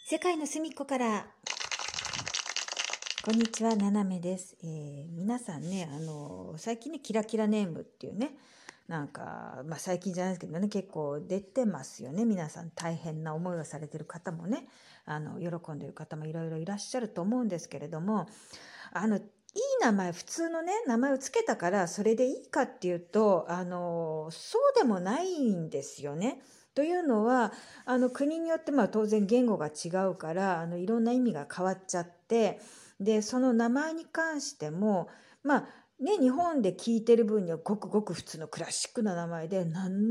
世界の隅っこから。こんにちは、ななめです。皆さんね、最近ね、キラキラネームっていうね、なんか、最近じゃないですけどね、結構出てますよね。皆さん大変な思いをされてる方もね、喜んでる方もいろいろいらっしゃると思うんですけれども、いい名前、普通のね、名前をつけたからそれでいいかっていうと、そうでもないんですよね。というのは、国によって当然言語が違うから、いろんな意味が変わっちゃって、で、その名前に関しても、日本で聞いてる分にはごくごく普通のクラシックな名前で、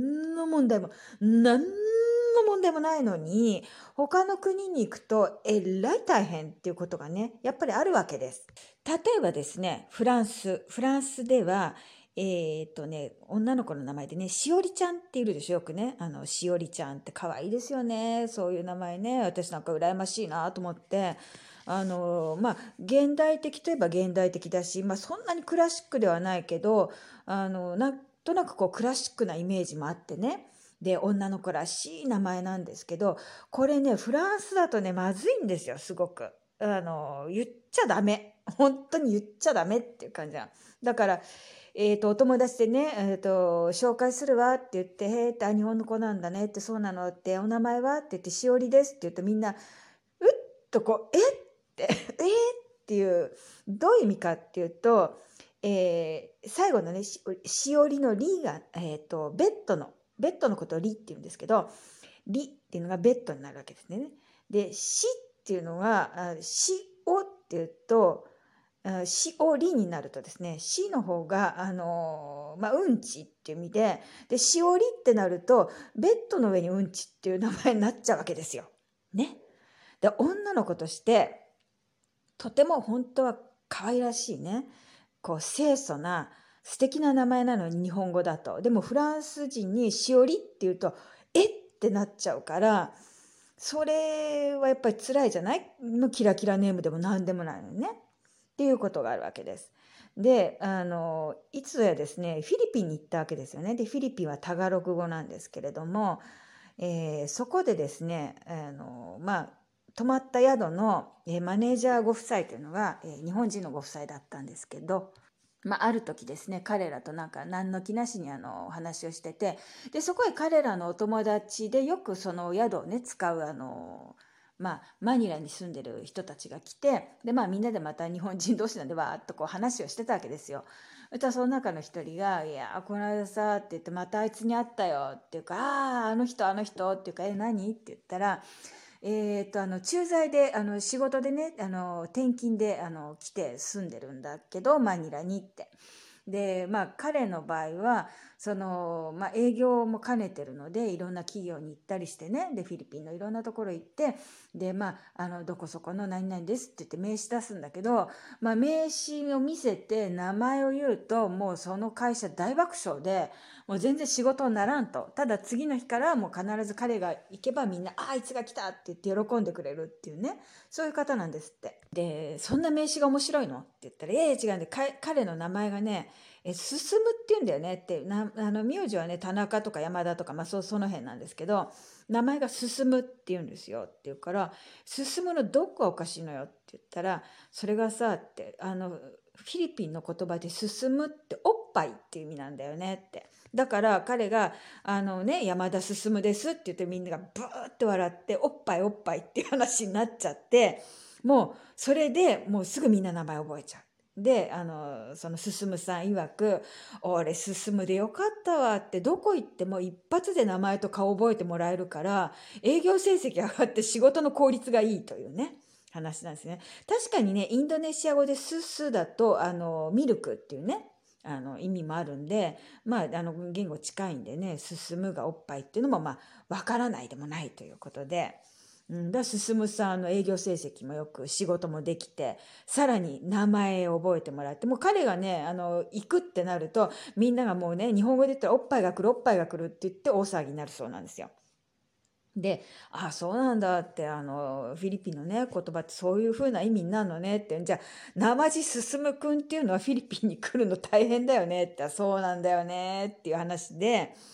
何の問題もないのに、他の国に行くとえらい大変っていうことがね、やっぱりあるわけです。例えばですね、フランスでは、女の子の名前でね、しおりちゃんっているでしょ、よくね。しおりちゃんって可愛いですよね。そういう名前ね。私なんか羨ましいなと思って。現代的といえば現代的だし、そんなにクラシックではないけど、なんとなくこうクラシックなイメージもあってね。で、女の子らしい名前なんですけど、これね、フランスだとね、まずいんですよ、すごく。言っちゃダメ。本当に言っちゃダメっていう感じなの。だから、お友達でね、紹介するわって言って、へーって、日本の子なんだねって、そうなのって、お名前はって言って、しおりですって言うとみんな、うっとこう、えってっていう、どういう意味かっていうと、最後のね、しおりのりが、ベッドのことをりって言うんですけど、りっていうのがベッドになるわけですね。で、しっていうのが、しおっていうと、しおりになるとですね、しの方が、うんちっていう意味で、しおりってなると、ベッドの上にうんちっていう名前になっちゃうわけですよ。ね。で、女の子として、とても本当は可愛らしいね、こう清楚な素敵な名前なのに日本語だと。でもフランス人にしおりっていうと、えってなっちゃうから、それはやっぱり辛いじゃない？キラキラネームでも何でもないのにね。っていうことがあるわけです。で、いつぞやですね、フィリピンに行ったわけですよね。で、フィリピンはタガログ語なんですけれども、そこでですね、泊まった宿の、マネージャーご夫妻というのが、日本人のご夫妻だったんですけど、ある時ですね、彼らとなんか何の気なしにお話をしてて、で、そこへ彼らのお友達でよくその宿をね、使うマニラに住んでる人たちが来て、で、みんなでまた日本人同士なんでわーっとこう話をしてたわけですよ。そしたらその中の一人が、いやー、この間さ、って言って、またあいつに会ったよっていうか、あの人っていうか、何って言ったら、駐在で、仕事でね、転勤で、来て住んでるんだけど、マニラにって。で、彼の場合は、営業も兼ねてるので、いろんな企業に行ったりしてね、で、フィリピンのいろんなところ行って、で、どこそこの何々ですって言って名刺出すんだけど、名刺を見せて名前を言うと、もうその会社大爆笑で、もう全然仕事にならんと。ただ次の日からもう必ず彼が行けばみんな、あいつが来たって言って喜んでくれるっていうね、そういう方なんですって。で、そんな名刺が面白いのって言ったら、違うんで、彼の名前がね、進むって言うんだよねって、名字はね、田中とか山田とか、その辺なんですけど、名前が進むって言うんですよって言うから、進むのどこがおかしいのよって言ったら、それがさ、って、フィリピンの言葉で進むっておっぱいっていう意味なんだよねって。だから彼が、山田進ですって言ってみんながブーって笑って、おっぱいおっぱいっていう話になっちゃって、もうそれでもうすぐみんな名前覚えちゃう。で、その進さん曰く、俺進でよかったわって、どこ行っても一発で名前と顔覚えてもらえるから、営業成績上がって仕事の効率がいいというね、話なんですね。確かにね、インドネシア語でだと、ミルクっていうね、意味もあるんで、言語近いんでね、進むがおっぱいっていうのも、わからないでもないということで、進さんの営業成績もよく仕事もできて、さらに名前を覚えてもらって、もう彼がね、行くってなると、みんながもうね、日本語で言ったらおっぱいが来る、おっぱいが来るって言って大騒ぎになるそうなんですよ。で、あ、そうなんだって、フィリピンのね、言葉ってそういう風な意味になるのねって、じゃあ、生地進くんっていうのはフィリピンに来るの大変だよねって、そうなんだよねっていう話で、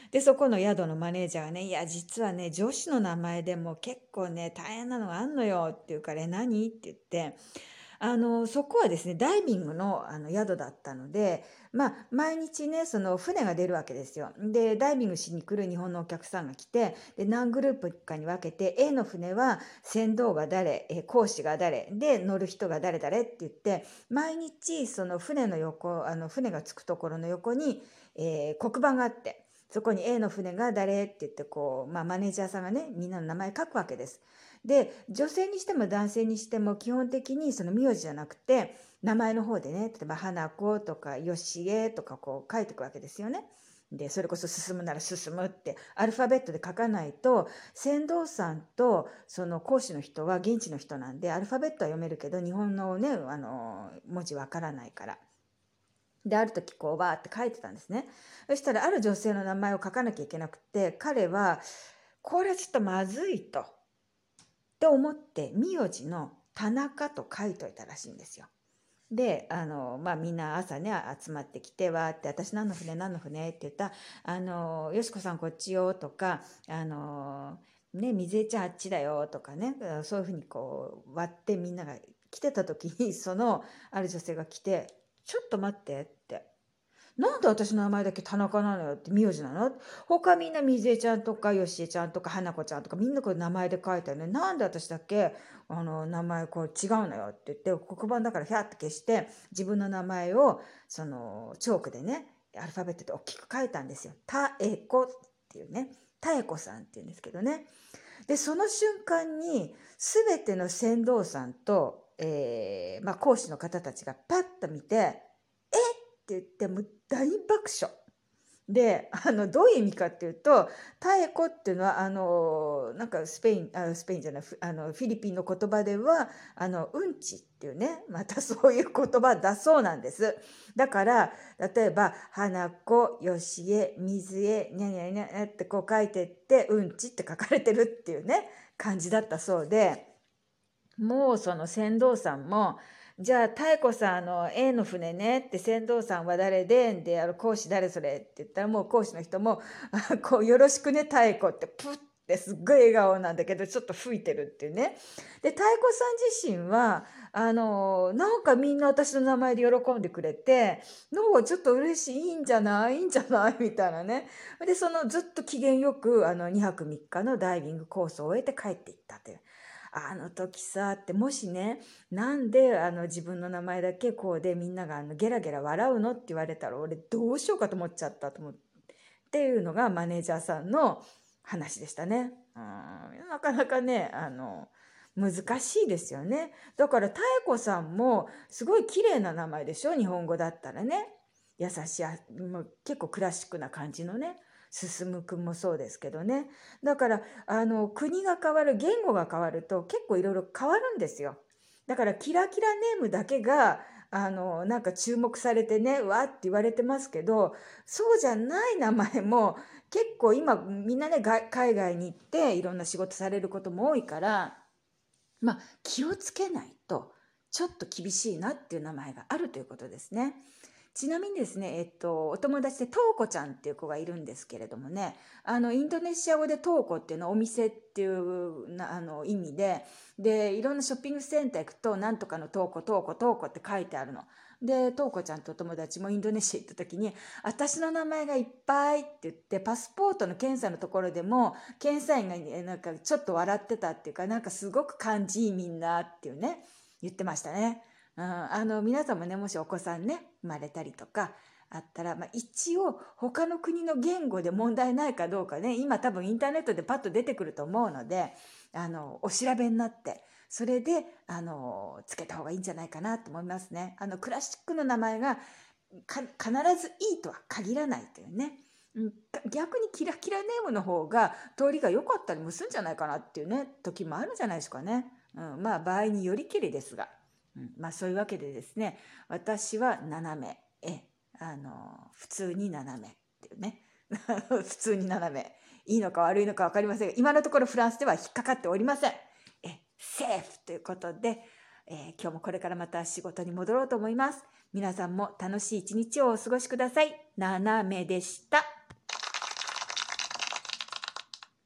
で、そこの宿のマネージャーがね、いや、実はね、女子の名前でも結構ね、大変なのがあんのよって言うから、何って言って、そこはですね、ダイビングの、宿だったので、まあ、毎日ね、その船が出るわけですよ。で、ダイビングしに来る日本のお客さんが来て、で、何グループかに分けて、A の船は船頭が誰、講師が誰、で、乗る人が誰々って言って、毎日その船の横、船が着くところの横に、黒板があって、そこに A の船が誰って言って、こう、まあ、マネージャーさんがね、みんなの名前書くわけです。で、女性にしても男性にしても基本的にその名字じゃなくて、名前の方でね、例えば花子とか吉江とかこう書いていくわけですよね。で、それこそ進むなら進むってアルファベットで書かないと、船頭さんとその講師の人は現地の人なんで、アルファベットは読めるけど、日本のね、文字わからないから。で、ある時こうバーって書いてたんですね。そしたらある女性の名前を書かなきゃいけなくて、彼は、これちょっとまずいと。って思って名字の田中と書いといたらしいんですよ。で、まあ、みんな朝ね、集まってきて、わーって、私何の船何の船って言ったら、よしこさんこっちよとか、ね、水江ちゃんあっちだよとかね、そういうふうにこう割ってみんなが来てた時に、ある女性が来て、ちょっと待ってって。なんで私の名前だけ田中なのよって名字なの？他みんな水江ちゃんとかよしえちゃんとか花子ちゃんとかみんなこれ名前で書いてあるね。なんで私だけ名前こう違うのよって言って黒板だからヒャッて消して自分の名前をそのチョークでねアルファベットで大きく書いたんですよ。たえこっていうね。たえこさんっていうんですけどね。で、その瞬間に全ての船頭さんと、まあ、講師の方たちがパッと見て、って言ってもう大爆笑でどういう意味かっていうとタエコっていうのはなんかスペインじゃないフィリピンの言葉ではうんちっていうねまたそういう言葉だそうなんです。だから例えば花子よしえ水えにゃにゃにゃってこう書いてってうんちって書かれてるっていうね感じだったそうで、もうその船頭さんも、じゃあ、妙子さん、A の船ねって、船頭さんは誰で、講師誰それって言ったら、もう講師の人も、こう、よろしくね、妙子って、プッってすっごい笑顔なんだけど、ちょっと吹いてるっていうね。で、妙子さん自身は、なんかみんな私の名前で喜んでくれて、なんかちょっと嬉しい、いいんじゃないいいんじゃないみたいなね。で、ずっと機嫌よく、2泊3日のダイビングコースを終えて帰っていったという。あの時さってもしねなんで自分の名前だけこうでみんながゲラゲラ笑うのって言われたら俺どうしようかと思っちゃったと思っていうのがマネージャーさんの話でしたね。なかなかね難しいですよね。だから妙子さんもすごい綺麗な名前でしょ日本語だったらね。優しいもう結構クラシックな感じのね進くんもそうですけどね。だから国が変わる言語が変わると結構いろいろ変わるんですよ。だからキラキラネームだけがなんか注目されてねわって言われてますけど、そうじゃない名前も結構今みんなね海外に行っていろんな仕事されることも多いから、まあ気をつけないとちょっと厳しいなっていう名前があるということですね。ちなみにですね、お友達でトウコちゃんっていう子がいるんですけれどもね、インドネシア語でトウコっていうのはお店っていう意味で、いろんなショッピングセンター行くと、なんとかのトウコ、トウコ、トウコって書いてあるの。で、トウコちゃんとお友達もインドネシア行った時に、私の名前がいっぱいって言って、パスポートの検査のところでも、検査員がなんかちょっと笑ってたっていうか、なんかすごく感じいいみんなっていうね、言ってましたね。皆さんもねもしお子さんね生まれたりとかあったら、一応他の国の言語で問題ないかどうかね今多分インターネットでパッと出てくると思うのでお調べになってそれでつけた方がいいんじゃないかなと思いますね。クラシックの名前が必ずいいとは限らないというね。逆にキラキラネームの方が通りが良かったりもするんじゃないかなっていうね時もあるんじゃないですかね。まあ場合によりきりですが。そういうわけでですね私は斜め普通に斜めっていうね普通に斜めいいのか悪いのか分かりませんが今のところフランスでは引っかかっておりません。セーフということで、今日もこれからまた仕事に戻ろうと思います。皆さんも楽しい一日をお過ごしください。斜めでした。